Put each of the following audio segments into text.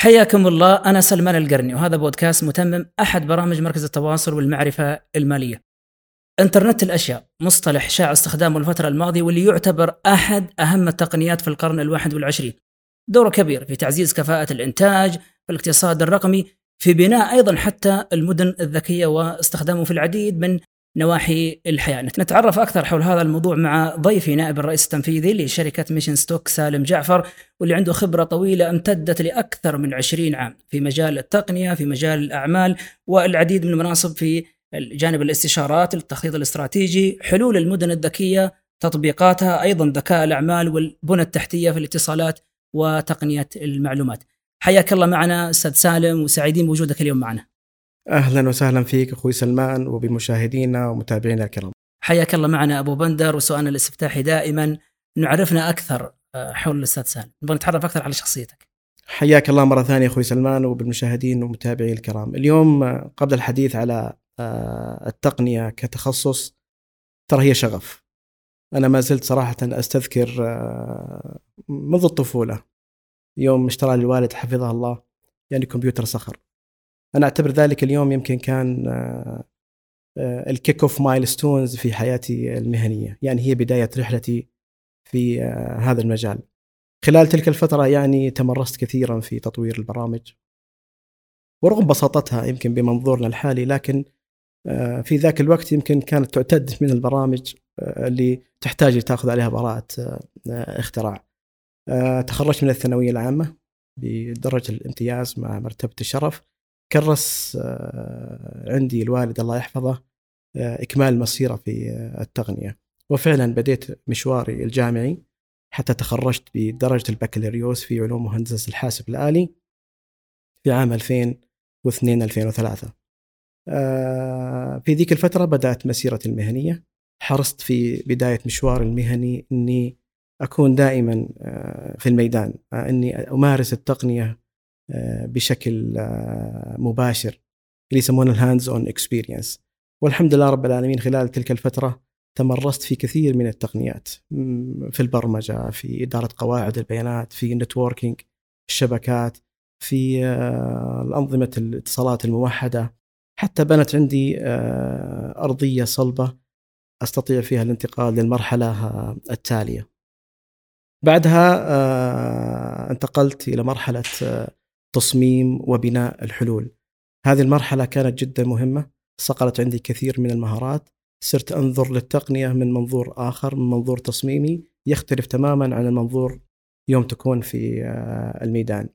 حياكم الله، أنا سلمان القرني وهذا بودكاست متمم أحد برامج مركز التواصل والمعرفة المالية. إنترنت الأشياء مصطلح شاع استخدامه الفترة الماضية واللي يعتبر أحد أهم التقنيات في القرن 21. دوره كبير في تعزيز كفاءة الإنتاج، في الاقتصاد الرقمي، في بناء أيضا حتى المدن الذكية واستخدامه في العديد من نواحي الحياة. نتعرف أكثر حول هذا الموضوع مع ضيفي نائب الرئيس التنفيذي لشركة ميشن ستوك سالم جعفر، واللي عنده خبرة طويلة امتدت لأكثر من 20 عام في مجال التقنية، في مجال الأعمال، والعديد من المناصب في جانب الاستشارات، التخطيط الاستراتيجي، حلول المدن الذكية، تطبيقاتها، أيضا ذكاء الأعمال والبنى التحتية في الاتصالات وتقنية المعلومات. حياك الله معنا أستاذ سالم، وسعيدين بوجودك اليوم معنا. أهلا وسهلا فيك أخوي سلمان وبمشاهدينا ومتابعينا الكرام. حياك الله معنا أبو بندر، وسؤالنا الاستفتاحي دائما نعرفنا أكثر حول الأستاذ سالم، نبغى نتعرف أكثر على شخصيتك. حياك الله مرة ثانية أخوي سلمان وبالمشاهدين ومتابعي الكرام. اليوم قبل الحديث على التقنية كتخصص، ترى هي شغف. أنا ما زلت صراحة أستذكر منذ الطفولة يوم اشترى لي الوالد حفظه الله يعني كمبيوتر صخر. أنا أعتبر ذلك اليوم يمكن كان الكيك اوف مايلستونز في حياتي المهنية، يعني هي بداية رحلتي في هذا المجال. خلال تلك الفترة يعني تمرست كثيرا في تطوير البرامج، ورغم بساطتها يمكن بمنظورنا الحالي، لكن في ذاك الوقت يمكن كانت تعتد من البرامج اللي تحتاج تأخذ عليها براءة اختراع. تخرجت من الثانوية العامة بدرجة الامتياز مع مرتبة الشرف. كرس عندي الوالد الله يحفظه إكمال المسيرة في التقنية، وفعلا بديت مشواري الجامعي حتى تخرجت بدرجة البكالوريوس في علوم وهندسة الحاسب الآلي في عام 2002-2003. في ذيك الفترة بدأت مسيرتي المهنية. حرصت في بداية مشوار المهني أني أكون دائما في الميدان، أني أمارس التقنية بشكل مباشر، اللي يسمونه الهاندز اون اكسبيرينس. والحمد لله رب العالمين خلال تلك الفترة تمرست في كثير من التقنيات، في البرمجة، في إدارة قواعد البيانات، في النتوركينج، الشبكات، في الأنظمة الاتصالات الموحدة، حتى بنت عندي أرضية صلبة أستطيع فيها الانتقال للمرحلة التالية. بعدها انتقلت إلى مرحلة تصميم وبناء الحلول. هذه المرحلة كانت جدا مهمة، صقلت عندي كثير من المهارات. صرت أنظر للتقنية من منظور آخر، من منظور تصميمي يختلف تماما عن المنظور يوم تكون في الميدان.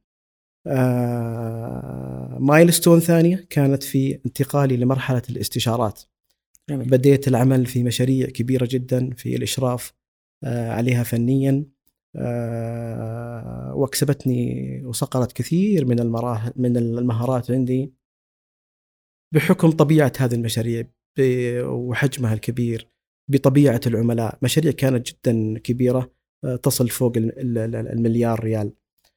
مايلستون ثانية كانت في انتقالي لمرحلة الاستشارات. بديت العمل في مشاريع كبيرة جدا في الإشراف عليها فنيا، واكسبتني وصقلت كثير من المهارات عندي بحكم طبيعة هذه المشاريع وحجمها الكبير، بطبيعة العملاء. مشاريع كانت جدا كبيرة تصل فوق المليار ريال.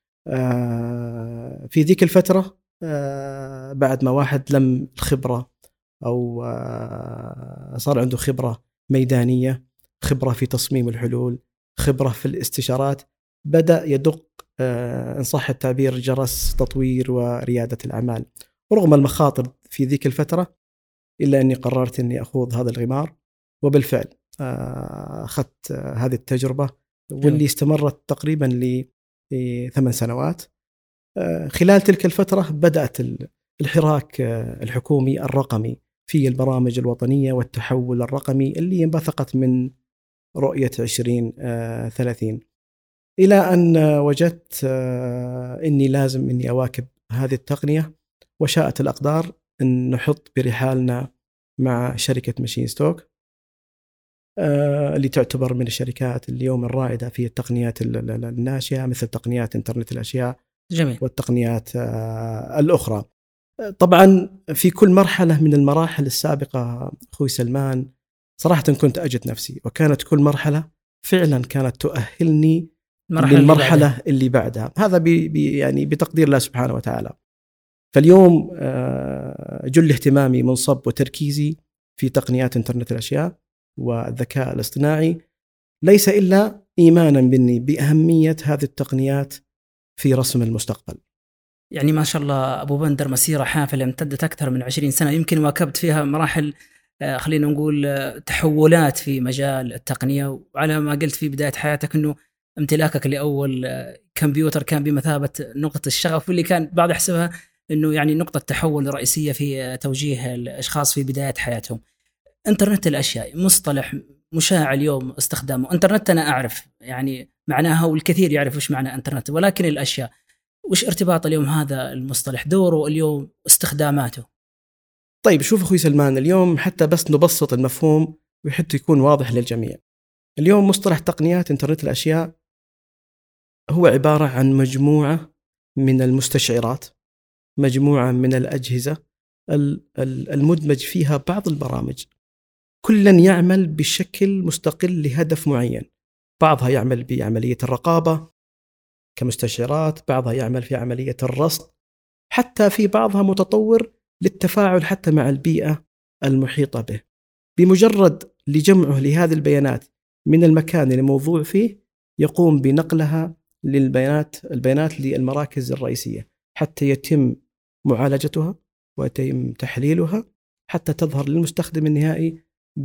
في ذيك الفترة بعد ما واحد لم الخبرة أو صار عنده خبرة ميدانية، خبرة في تصميم الحلول، خبرة في الاستشارات، بدأ يدق إن صح التعبير جرس تطوير وريادة الأعمال. ورغم المخاطر في ذيك الفترة إلا أني قررت أني أخوض هذا الغمار، وبالفعل أخذت هذه التجربة واللي استمرت تقريبا ل8 سنوات. خلال تلك الفترة بدأت الحراك الحكومي الرقمي في البرامج الوطنية والتحول الرقمي اللي انبثقت من رؤية 2030، إلى أن وجدت أني لازم أني أواكب هذه التقنية. وشاءت الأقدار أن نحط برحالنا مع شركة ميشن ستوك اللي تعتبر من الشركات اليوم الرائدة في التقنيات الناشئة، مثل تقنيات إنترنت الأشياء. جميل. والتقنيات الأخرى. طبعا في كل مرحلة من المراحل السابقة أخوي سلمان صراحة كنت أجد نفسي، وكانت كل مرحلة فعلا كانت تؤهلني للمرحلة اللي بعدها. هذا يعني بتقدير الله سبحانه وتعالى. فاليوم جل اهتمامي منصب وتركيزي في تقنيات إنترنت الأشياء والذكاء الاصطناعي، ليس إلا إيمانا بأهمية هذه التقنيات في رسم المستقبل. يعني ما شاء الله أبو بندر مسيرة حافلة امتدت أكثر من 20 سنة، يمكن واكبت فيها مراحل خلينا نقول تحولات في مجال التقنية. وعلى ما قلت في بداية حياتك أنه امتلاكك لأول كمبيوتر كان بمثابة نقطة الشغف، واللي كان بعض يحسبها أنه يعني نقطة تحول رئيسية في توجيه الأشخاص في بداية حياتهم. انترنت الأشياء مصطلح مشاع اليوم استخدامه. انترنت أنا أعرف يعني معناها، والكثير يعرف وش معنى انترنت، ولكن الأشياء وش ارتباط اليوم هذا المصطلح، دوره اليوم، استخداماته؟ طيب شوف أخوي سلمان، اليوم حتى بس نبسط المفهوم وحتى يكون واضح للجميع. اليوم مصطلح تقنيات إنترنت الأشياء هو عبارة عن مجموعة من المستشعرات، مجموعة من الأجهزة المدمج فيها بعض البرامج، كلا يعمل بشكل مستقل لهدف معين. بعضها يعمل بعملية الرقابة كمستشعرات، بعضها يعمل في عملية الرصد، حتى في بعضها متطور للتفاعل حتى مع البيئة المحيطة به. بمجرد لجمعه لهذه البيانات من المكان الموضوع فيه، يقوم بنقلها البيانات للمراكز الرئيسية حتى يتم معالجتها ويتم تحليلها حتى تظهر للمستخدم النهائي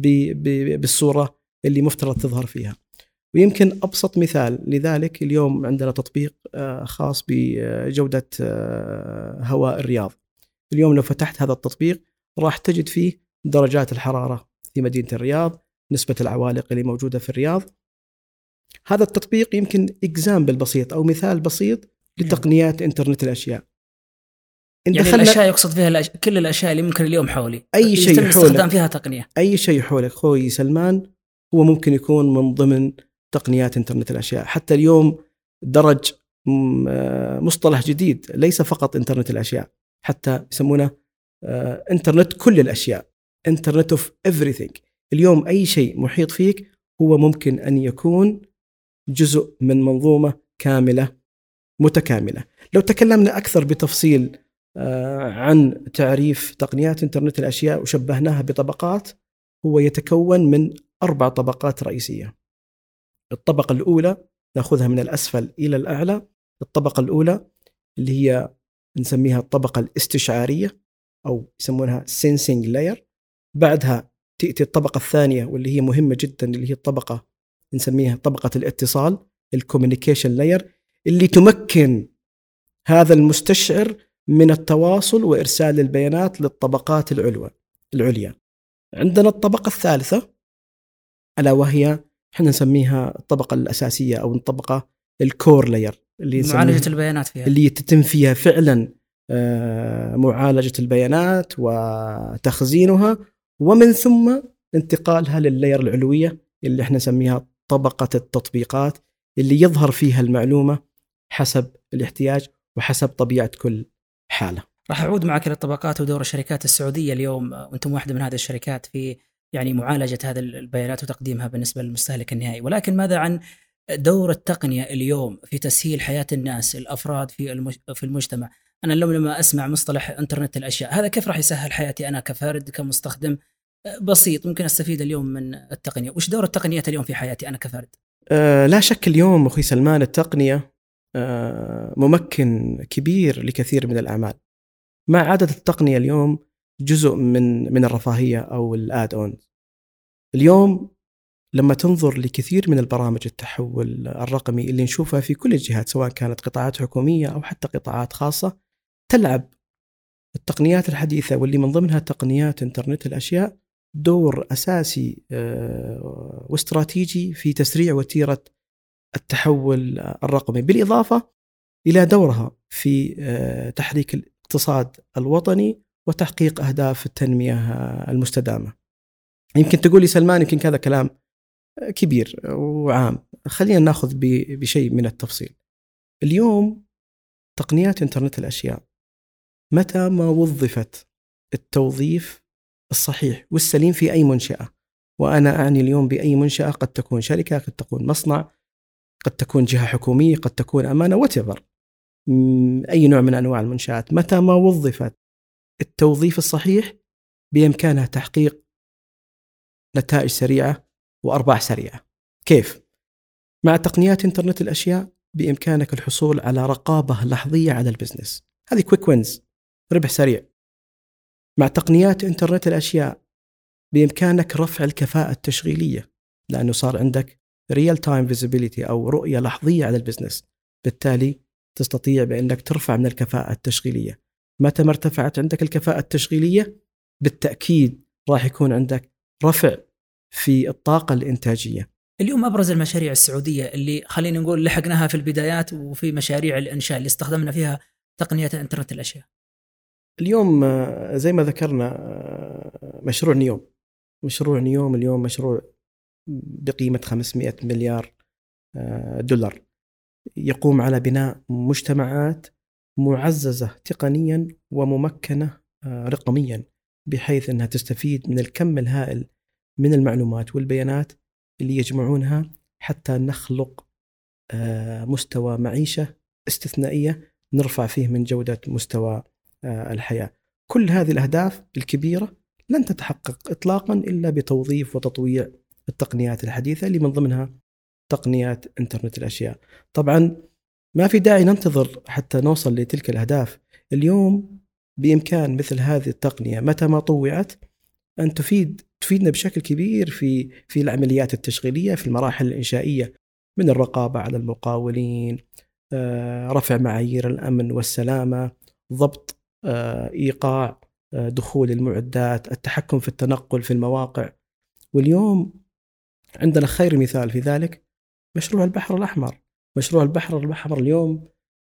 بالصورة اللي مفترض تظهر فيها. ويمكن أبسط مثال لذلك، اليوم عندنا تطبيق خاص بجودة هواء الرياض. اليوم لو فتحت هذا التطبيق راح تجد فيه درجات الحرارة في مدينة الرياض، نسبة العوالق اللي موجودة في الرياض. هذا التطبيق يمكن إكزامبل بسيط أو مثال بسيط لتقنيات إنترنت الأشياء. يعني الأشياء يقصد فيها كل الأشياء اللي ممكن اليوم حولي، أي شيء حولك استخدام فيها تقنية، أي شيء حولك خوي سلمان هو ممكن يكون من ضمن تقنيات إنترنت الأشياء. حتى اليوم درج مصطلح جديد، ليس فقط إنترنت الأشياء، حتى يسمونه إنترنت كل الأشياء، إنترنت of everything. اليوم أي شيء محيط فيك هو ممكن أن يكون جزء من منظومة كاملة متكاملة. لو تكلمنا أكثر بتفصيل عن تعريف تقنيات إنترنت الأشياء وشبهناها بطبقات، هو يتكون من 4 طبقات رئيسية. الطبقة الأولى نأخذها من الأسفل إلى الأعلى. الطبقة الأولى اللي هي نسميها الطبقة الاستشعارية أو يسمونها sensing layer. بعدها تأتي الطبقة الثانية واللي هي مهمة جدا، اللي هي الطبقة نسميها طبقة الاتصال الكوميونيكيشن layer، اللي تمكن هذا المستشعر من التواصل وإرسال البيانات للطبقات العليا. عندنا الطبقة الثالثة ألا وهي احنا نسميها الطبقة الأساسية أو الطبقة الكور لاير، اللي معالجة البيانات فيها، اللي تتم فيها فعلا معالجة البيانات وتخزينها، ومن ثم انتقالها لللاير العلوية اللي احنا نسميها طبقة التطبيقات، اللي يظهر فيها المعلومة حسب الاحتياج وحسب طبيعة كل حالة. راح أعود معك للطبقات ودور الشركات السعودية اليوم، وأنتم واحدة من هذه الشركات في يعني معالجة هذه البيانات وتقديمها بالنسبة للمستهلك النهائي. ولكن ماذا عن دور التقنية اليوم في تسهيل حياة الناس الأفراد في المجتمع؟ أنا لما أسمع مصطلح إنترنت الأشياء، هذا كيف راح يسهل حياتي أنا كفرد كمستخدم بسيط ممكن أستفيد اليوم من التقنية؟ وش دور التقنيات اليوم في حياتي أنا كفرد؟ لا شك اليوم أخي سلمان التقنية ممكن كبير لكثير من الأعمال. مع عادة التقنية اليوم جزء من الرفاهية أو الآد أون. اليوم لما تنظر لكثير من البرامج التحول الرقمي اللي نشوفها في كل الجهات، سواء كانت قطاعات حكومية أو حتى قطاعات خاصة، تلعب التقنيات الحديثة واللي من ضمنها تقنيات إنترنت الأشياء دور أساسي واستراتيجي في تسريع وتيرة التحول الرقمي، بالإضافة إلى دورها في تحريك الاقتصاد الوطني وتحقيق أهداف التنمية المستدامة. يمكن تقول لي سلمان يمكن هذا كلام كبير وعام، خلينا نأخذ بشيء من التفصيل. اليوم تقنيات إنترنت الأشياء متى ما وظفت التوظيف الصحيح والسليم في أي منشأة، وأنا أعني اليوم بأي منشأة، قد تكون شركة، قد تكون مصنع، قد تكون جهة حكومية، قد تكون أمانة، whatever، أي نوع من أنواع المنشآت، متى ما وظفت التوظيف الصحيح بإمكانها تحقيق نتائج سريعة وأرباح سريعة. كيف؟ مع تقنيات إنترنت الأشياء بإمكانك الحصول على رقابة لحظية على البزنس. هذه كويك وينز، ربح سريع. مع تقنيات إنترنت الأشياء بإمكانك رفع الكفاءة التشغيلية، لأنه صار عندك real time visibility أو رؤية لحظية على البزنس، بالتالي تستطيع بأنك ترفع من الكفاءة التشغيلية. متى ما ارتفعت عندك الكفاءة التشغيلية بالتأكيد راح يكون عندك رفع في الطاقة الإنتاجية. اليوم أبرز المشاريع السعودية اللي خلينا نقول لحقناها في البدايات، وفي مشاريع الإنشاء اللي استخدمنا فيها تقنية إنترنت الأشياء. اليوم زي ما ذكرنا مشروع نيوم اليوم مشروع بقيمة 500 مليار دولار، يقوم على بناء مجتمعات معززة تقنيا وممكنة رقميا، بحيث أنها تستفيد من الكم الهائل من المعلومات والبيانات اللي يجمعونها حتى نخلق مستوى معيشة استثنائية نرفع فيه من جودة مستوى الحياة. كل هذه الأهداف الكبيرة لن تتحقق إطلاقا إلا بتوظيف وتطويع التقنيات الحديثة اللي من ضمنها تقنيات إنترنت الأشياء. طبعا ما في داعي ننتظر حتى نوصل لتلك الأهداف. اليوم بإمكان مثل هذه التقنية متى ما طوعت أن تفيدنا بشكل كبير في العمليات التشغيلية في المراحل الإنشائية، من الرقابة على المقاولين، رفع معايير الأمن والسلامة، ضبط إيقاع دخول المعدات، التحكم في التنقل في المواقع. واليوم عندنا خير مثال في ذلك مشروع البحر الأحمر. مشروع البحر الأحمر اليوم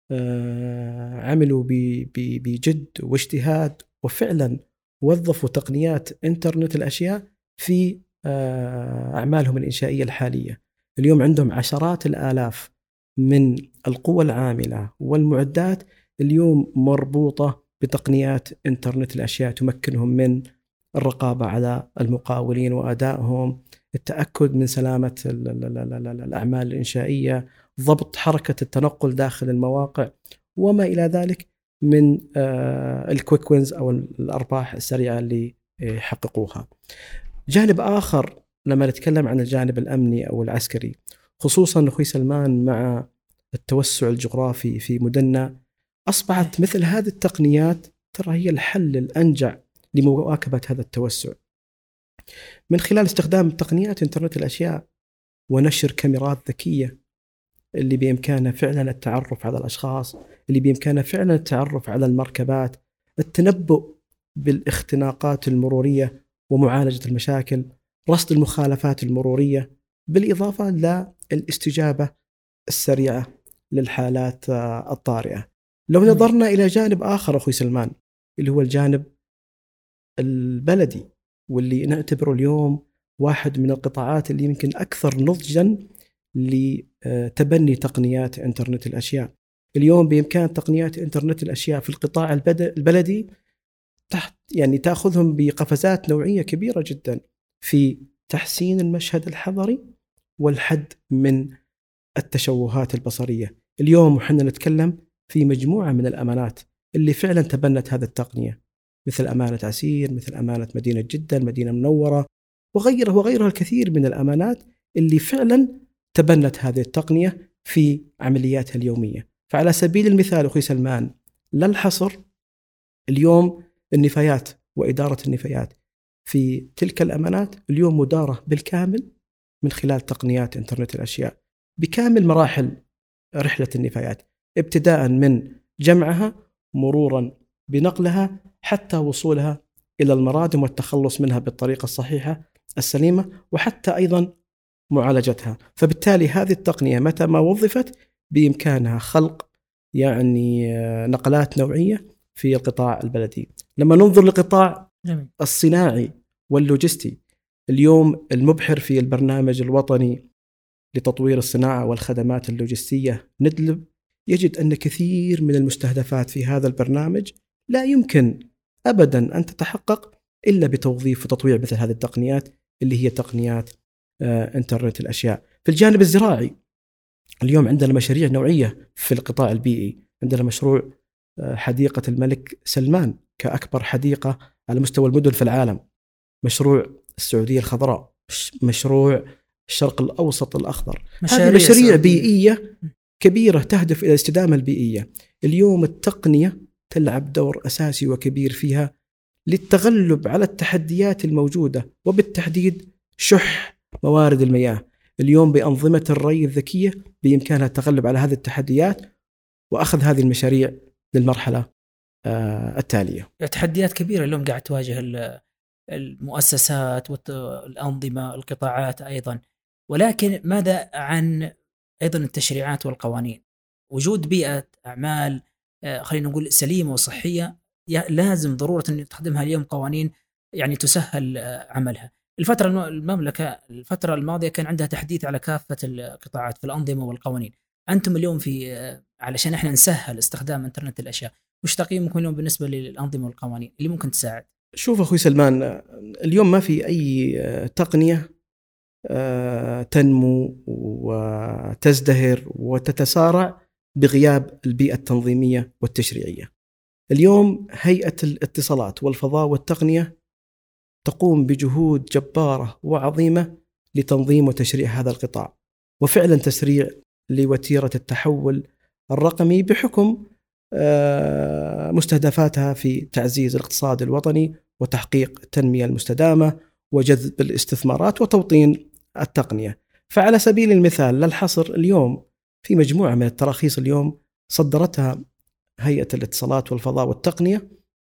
عملوا بجد واجتهاد، وفعلا وظفوا تقنيات إنترنت الأشياء في أعمالهم الإنشائية الحالية. اليوم عندهم عشرات الآلاف من القوى العاملة والمعدات اليوم مربوطة بتقنيات إنترنت الأشياء تمكنهم من الرقابة على المقاولين وأدائهم، التأكد من سلامة الأعمال الإنشائية، ضبط حركة التنقل داخل المواقع، وما إلى ذلك من الكويك وينز أو الأرباح السريعة اللي يحققوها. جانب آخر لما نتكلم عن الجانب الأمني أو العسكري، خصوصا أخوي سلمان مع التوسع الجغرافي في مدننا، أصبحت مثل هذه التقنيات ترى هي الحل الأنجع لمواكبة هذا التوسع، من خلال استخدام تقنيات إنترنت الأشياء ونشر كاميرات ذكية اللي بإمكانها فعلا التعرف على الأشخاص، اللي بإمكانها فعلا التعرف على المركبات، التنبؤ بالاختناقات المرورية ومعالجة المشاكل، رصد المخالفات المرورية، بالإضافة للاستجابة السريعة للحالات الطارئة. لو نظرنا إلى جانب آخر أخوي سلمان اللي هو الجانب البلدي، واللي نعتبره اليوم واحد من القطاعات اللي يمكن أكثر نضجاً لتبني تقنيات إنترنت الأشياء. اليوم بإمكان تقنيات إنترنت الأشياء في القطاع البلدي تأخذهم بقفزات نوعية كبيرة جدا في تحسين المشهد الحضري والحد من التشوهات البصرية. اليوم وحنا نتكلم في مجموعة من الأمانات اللي فعلا تبنت هذه التقنية، مثل أمانة عسير، مثل أمانة مدينة جدة، المدينة المنورة، وغيرها الكثير من الأمانات اللي فعلا تبنت هذه التقنية في عملياتها اليومية. فعلى سبيل المثال أخي سلمان، لا الحصر، اليوم النفايات وإدارة النفايات في تلك الأمانات اليوم مدارة بالكامل من خلال تقنيات إنترنت الأشياء بكامل مراحل رحلة النفايات، ابتداء من جمعها مرورا بنقلها حتى وصولها إلى المرادم والتخلص منها بالطريقة الصحيحة السليمة، وحتى أيضا معالجتها. فبالتالي هذه التقنية متى ما وظفت بإمكانها خلق نقلات نوعية في القطاع البلدي. لما ننظر للقطاع الصناعي واللوجستي، اليوم المبحر في البرنامج الوطني لتطوير الصناعة والخدمات اللوجستية ندلب، يجد أن كثير من المستهدفات في هذا البرنامج لا يمكن أبدا أن تتحقق إلا بتوظيف وتطوير مثل هذه التقنيات اللي هي تقنيات إنترنت الأشياء. في الجانب الزراعي اليوم عندنا مشاريع نوعية في القطاع البيئي. عندنا مشروع حديقة الملك سلمان كأكبر حديقة على مستوى المدن في العالم، مشروع السعودية الخضراء، مشروع الشرق الأوسط الأخضر. هذه مشاريع بيئية كبيرة تهدف إلى الاستدامة البيئية. اليوم التقنية تلعب دور أساسي وكبير فيها للتغلب على التحديات الموجودة، وبالتحديد شح موارد المياه. اليوم بأنظمة الري الذكية بإمكانها التغلب على هذه التحديات وأخذ هذه المشاريع للمرحلة التالية. تحديات كبيرة اليوم قاعد تواجه المؤسسات والأنظمة، القطاعات أيضا. ولكن ماذا عن أيضا التشريعات والقوانين؟ وجود بيئة أعمال خلينا نقول سليمة وصحية لازم ضرورة أن تخدمها اليوم قوانين يعني تسهل عملها. المملكة الفترة الماضية كان عندها تحديث على كافة القطاعات في الأنظمة والقوانين. أنتم اليوم علشان إحنا نسهل استخدام إنترنت الأشياء، وش تقييمكم اليوم بالنسبة للأنظمة والقوانين اللي ممكن تساعد؟ شوف أخوي سلمان، اليوم ما في أي تقنية تنمو وتزدهر وتتسارع بغياب البيئة التنظيمية والتشريعية. اليوم هيئة الاتصالات والفضاء والتقنية تقوم بجهود جبارة وعظيمة لتنظيم وتشريع هذا القطاع، وفعلا تسريع لوتيرة التحول الرقمي بحكم مستهدفاتها في تعزيز الاقتصاد الوطني وتحقيق التنمية المستدامة وجذب الاستثمارات وتوطين التقنية. فعلى سبيل المثال للحصر، اليوم في مجموعة من التراخيص اليوم صدرتها هيئة الاتصالات والفضاء والتقنية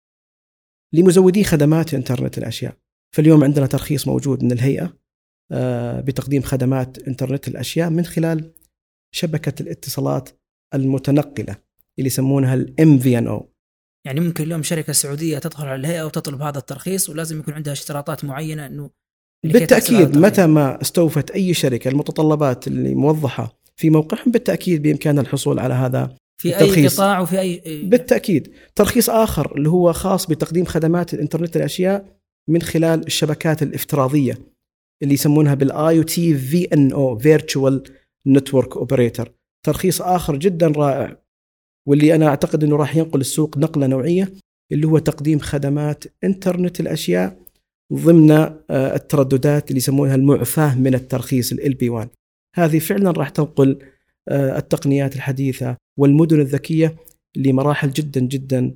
لمزودي خدمات إنترنت الأشياء. فاليوم عندنا ترخيص موجود من الهيئة بتقديم خدمات إنترنت الأشياء من خلال شبكة الاتصالات المتنقلة اللي يسمونها ال MVNO. يعني ممكن اليوم شركة سعودية تدخل على الهيئة وتطلب هذا الترخيص، ولازم يكون عندها اشتراطات معينة أنه بالتأكيد متى ما استوفت أي شركة المتطلبات اللي موضحة في موقعهم بالتأكيد بإمكانها الحصول على هذا في الترخيص. أي قطاع وفي أي بالتأكيد. ترخيص آخر اللي هو خاص بتقديم خدمات الإنترنت الأشياء من خلال الشبكات الافتراضية اللي يسمونها بالIoT VNO Virtual Network Operator. ترخيص آخر جدا رائع واللي أنا أعتقد أنه راح ينقل السوق نقلة نوعية، اللي هو تقديم خدمات إنترنت الأشياء ضمن الترددات اللي يسمونها المعفاة من الترخيص LP1. هذه فعلا راح تنقل التقنيات الحديثة والمدن الذكية لمراحل جدا جدا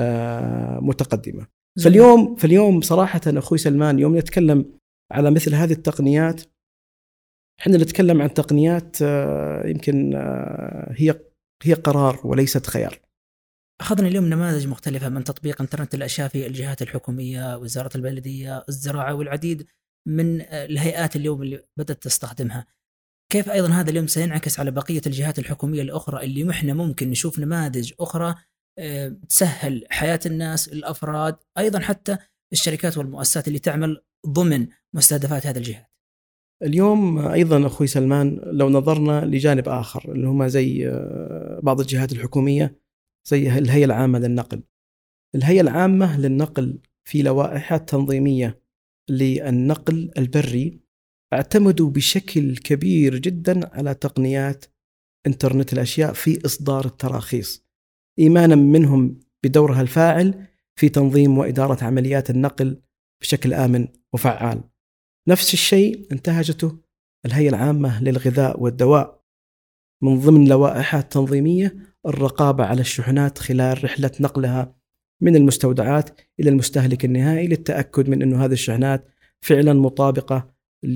متقدمة. فاليوم صراحة أخوي سلمان، يوم نتكلم على مثل هذه التقنيات، احنا نتكلم عن تقنيات يمكن هي قرار وليست خيار. أخذنا اليوم نماذج مختلفة من تطبيق إنترنت الأشياء في الجهات الحكومية، وزارة البلدية، الزراعة، والعديد من الهيئات اليوم اللي بدأت تستخدمها. كيف أيضا هذا اليوم سينعكس على بقية الجهات الحكومية الأخرى اللي إحنا ممكن نشوف نماذج أخرى تسهل حياة الناس، الأفراد، أيضا حتى الشركات والمؤسسات اللي تعمل ضمن مستهدفات هذه الجهات؟ اليوم أيضا أخوي سلمان، لو نظرنا لجانب آخر اللي هما زي بعض الجهات الحكومية زي الهيئة العامة للنقل. الهيئة العامة للنقل في لوائحات تنظيمية للنقل البري اعتمدوا بشكل كبير جدا على تقنيات إنترنت الأشياء في إصدار التراخيص، إيمانا منهم بدورها الفاعل في تنظيم وإدارة عمليات النقل بشكل آمن وفعال. نفس الشيء انتهجته الهيئة العامة للغذاء والدواء من ضمن لوائحات تنظيمية الرقابة على الشحنات خلال رحلة نقلها من المستودعات إلى المستهلك النهائي، للتأكد من أن هذه الشحنات فعلا مطابقة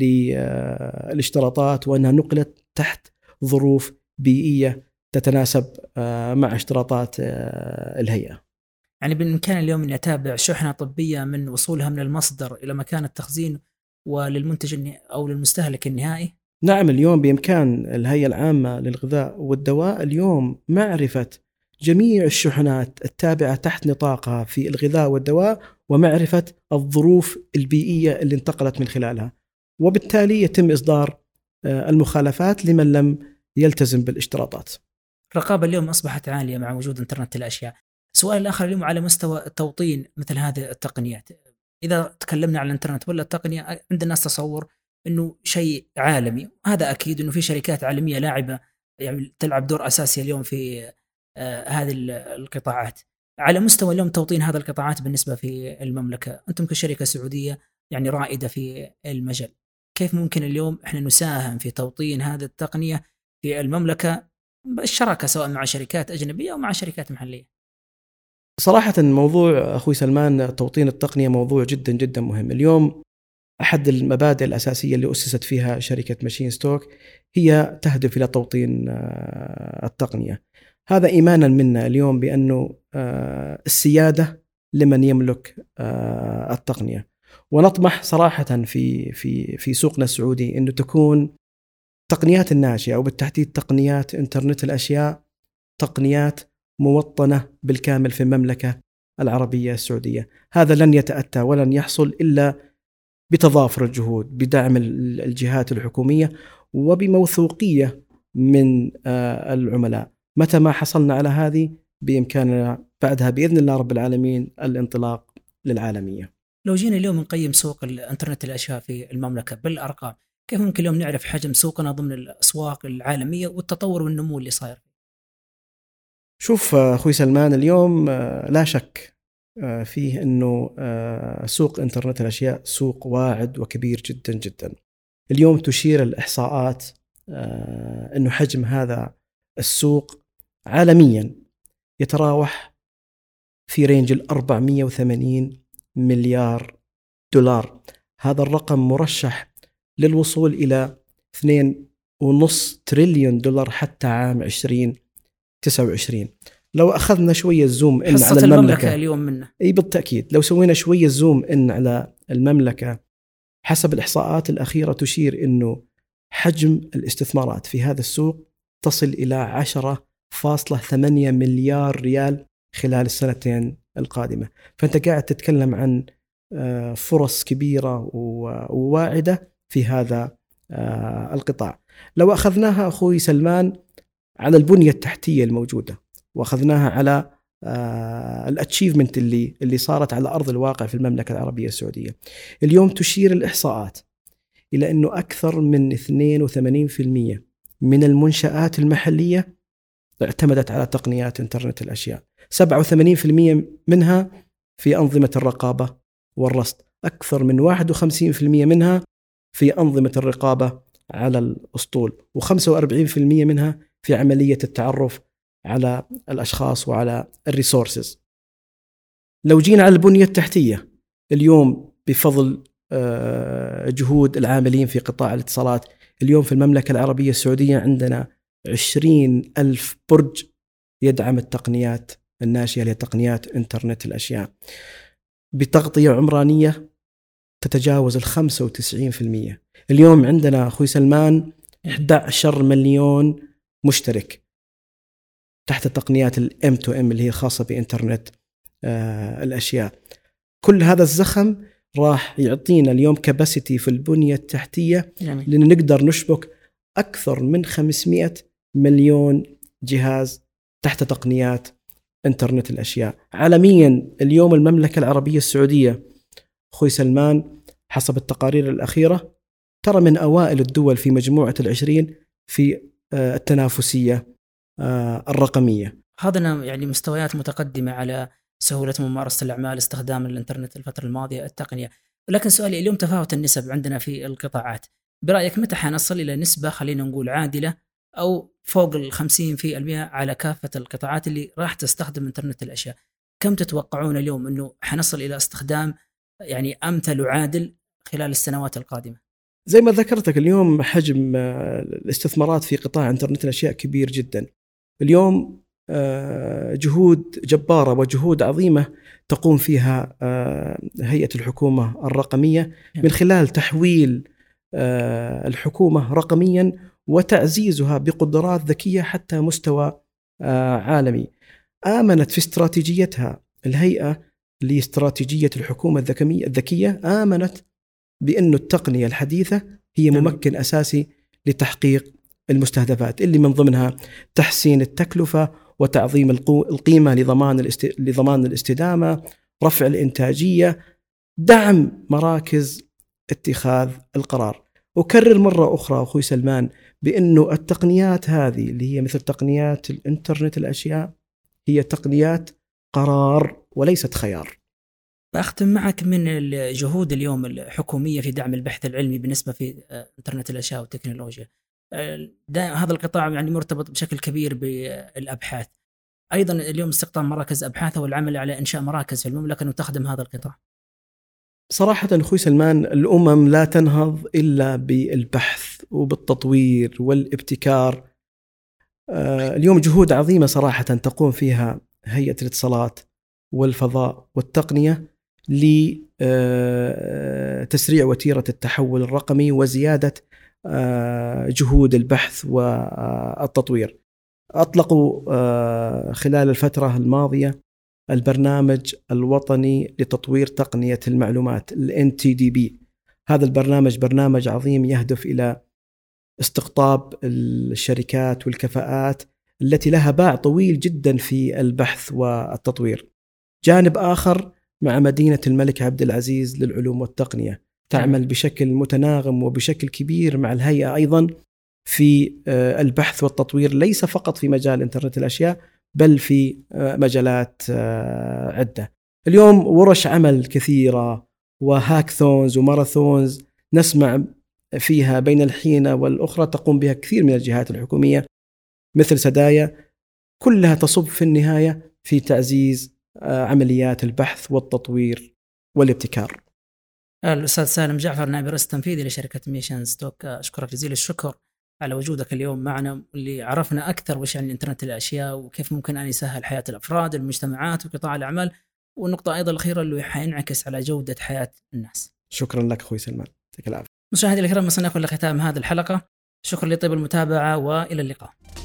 للاشتراطات وأنها نقلت تحت ظروف بيئية تتناسب مع اشتراطات الهيئة. يعني بالإمكان اليوم أن يتابع شحنة طبية من وصولها من المصدر إلى مكان التخزين وللمنتج أو للمستهلك النهائي؟ نعم، اليوم بإمكان الهيئة العامة للغذاء والدواء اليوم معرفة جميع الشحنات التابعة تحت نطاقها في الغذاء والدواء، ومعرفة الظروف البيئية اللي انتقلت من خلالها، وبالتالي يتم إصدار المخالفات لمن لم يلتزم بالاشتراطات. الرقابة اليوم أصبحت عالية مع وجود إنترنت الأشياء. سؤال الآخر اليوم على مستوى توطين مثل هذه التقنيات. إذا تكلمنا عن الإنترنت ولا التقنية، عند الناس تصور إنه شيء عالمي، هذا أكيد إنه في شركات عالمية لاعبة يعني تلعب دور أساسي اليوم في هذه القطاعات. على مستوى اليوم توطين هذا القطاعات بالنسبة في المملكة، أنتم كشركة سعودية يعني رائدة في المجال، كيف ممكن اليوم إحنا نساهم في توطين هذه التقنية في المملكة، الشراكة سواء مع شركات أجنبية أو مع شركات محلية؟ صراحة موضوع أخوي سلمان توطين التقنية موضوع جدا جدا مهم. اليوم أحد المبادئ الأساسية اللي أسست فيها شركة ماشين ستوك هي تهدف إلى توطين التقنية. هذا إيمانا منا اليوم بأنه السيادة لمن يملك التقنية، ونطمح صراحة في سوقنا السعودي أنه تكون تقنيات الناشئة، أو بالتحديد تقنيات إنترنت الأشياء، تقنيات موطنة بالكامل في المملكة العربية السعودية. هذا لن يتأتى ولن يحصل إلا بتضافر الجهود، بدعم الجهات الحكومية، وبموثوقية من العملاء. متى ما حصلنا على هذه بإمكاننا بعدها بإذن الله رب العالمين الانطلاق للعالمية. لو جينا اليوم نقيم سوق الانترنت الأشياء في المملكة بالأرقام، كيف ممكن اليوم نعرف حجم سوقنا ضمن الأسواق العالمية والتطور والنمو اللي صاير؟ شوف أخوي سلمان، اليوم لا شك فيه أنه سوق إنترنت الأشياء سوق واعد وكبير جدا جدا. اليوم تشير الإحصاءات أنه حجم هذا السوق عالميا يتراوح في رينج 480 مليار دولار. هذا الرقم مرشح للوصول إلى 2.5 تريليون دولار حتى عام 2029. لو أخذنا شوية زوم إن على المملكة اليوم منه، أي بالتأكيد لو سوينا شوية زوم إن على المملكة، حسب الإحصاءات الأخيرة تشير إنه حجم الاستثمارات في هذا السوق تصل إلى 10.8 مليار ريال خلال السنتين القادمة. فأنت قاعد تتكلم عن فرص كبيرة وواعدة في هذا القطاع. لو أخذناها أخوي سلمان على البنية التحتية الموجودة، وأخذناها على الاتشيفمنت اللي صارت على أرض الواقع في المملكة العربية السعودية، اليوم تشير الإحصاءات إلى أنه أكثر من 82% من المنشآت المحلية اعتمدت على تقنيات إنترنت الأشياء. 87% منها في أنظمة الرقابة والرصد، أكثر من 51% منها في أنظمة الرقابة على الأسطول، و45% منها في عملية التعرف على الأشخاص وعلى الريسورسز. لو جينا على البنية التحتية، اليوم بفضل جهود العاملين في قطاع الاتصالات، اليوم في المملكة العربية السعودية عندنا 20,000 برج يدعم التقنيات الناشئة اللي هي تقنيات إنترنت الأشياء بتغطية عمرانية تتجاوز 95%. اليوم عندنا أخوي سلمان 11 مليون مشترك تحت تقنيات M2M اللي هي خاصة بإنترنت الأشياء. كل هذا الزخم راح يعطينا اليوم كاباسيتي في البنية التحتية لأن نقدر نشبك أكثر من 500 مليون جهاز تحت تقنيات إنترنت الأشياء. عالميا اليوم المملكة العربية السعودية أخوي سلمان حسب التقارير الأخيرة ترى من أوائل الدول في مجموعة 20 في التنافسية الرقمية. هذا يعني مستويات متقدمة على سهولة ممارسة الأعمال، استخدام الإنترنت الفترة الماضية، التقنية. ولكن سؤالي اليوم تفاوت النسب عندنا في القطاعات، برأيك متى حنصل إلى نسبة خلينا نقول عادلة أو فوق 50% على كافة القطاعات اللي راح تستخدم إنترنت الأشياء؟ كم تتوقعون اليوم أنه حنصل إلى استخدام يعني أمثل وعادل خلال السنوات القادمة؟ زي ما ذكرتك اليوم حجم الاستثمارات في قطاع إنترنت الأشياء كبير جدا. اليوم جهود جبارة وجهود عظيمة تقوم فيها هيئة الحكومة الرقمية من خلال تحويل الحكومة رقميا وتعزيزها بقدرات ذكية حتى مستوى عالمي. آمنت في استراتيجيتها الهيئة لاستراتيجية الحكومة الذكية، آمنت بأن التقنية الحديثة هي ممكن أساسي لتحقيق المستهدفات اللي من ضمنها تحسين التكلفة وتعظيم القيمة لضمان الاستدامة، رفع الإنتاجية، دعم مراكز اتخاذ القرار. أكرر مرة أخرى أخوي سلمان بأنه التقنيات هذه اللي هي مثل تقنيات الإنترنت الأشياء هي تقنيات قرار وليست خيار. أختم معك من الجهود اليوم الحكومية في دعم البحث العلمي بالنسبة في إنترنت الأشياء والتكنولوجيا. هذا القطاع يعني مرتبط بشكل كبير بالأبحاث. أيضا اليوم استقطاب مراكز أبحاث والعمل على إنشاء مراكز في المملكة وتخدم هذا القطاع. صراحة أخوي سلمان، الأمم لا تنهض إلا بالبحث وبالتطوير والابتكار. اليوم جهود عظيمة صراحة تقوم فيها هيئة الاتصالات والفضاء والتقنية لتسريع وتيرة التحول الرقمي وزيادة جهود البحث والتطوير. أطلقوا خلال الفترة الماضية البرنامج الوطني لتطوير تقنية المعلومات NTDB. هذا البرنامج برنامج عظيم يهدف إلى استقطاب الشركات والكفاءات التي لها باع طويل جدا في البحث والتطوير. جانب آخر مع مدينة الملك عبد العزيز للعلوم والتقنية، تعمل بشكل متناغم وبشكل كبير مع الهيئة أيضا في البحث والتطوير، ليس فقط في مجال إنترنت الأشياء بل في مجالات عدة. اليوم ورش عمل كثيرة وهاكثونز وماراثونز نسمع فيها بين الحين والأخرى تقوم بها كثير من الجهات الحكومية مثل سدايا، كلها تصب في النهاية في تعزيز عمليات البحث والتطوير والابتكار. الأستاذ سالم جعفر، نائب الرئيس التنفيذي لشركة ميشن ستوك، أشكرك جزيل الشكر على وجودك اليوم معنا، واللي عرفنا أكثر وش يعني إنترنت الأشياء وكيف ممكن أن يسهل حياة الأفراد، المجتمعات وقطاع الأعمال، والنقطة أيضا الأخيرة اللي حينعكس على جودة حياة الناس. شكرا لك أخوي سلمان، يعطيك العافية. مشاهدي الكرام، وصلنا لختام هذه الحلقة. شكرا لطيب المتابعة وإلى اللقاء.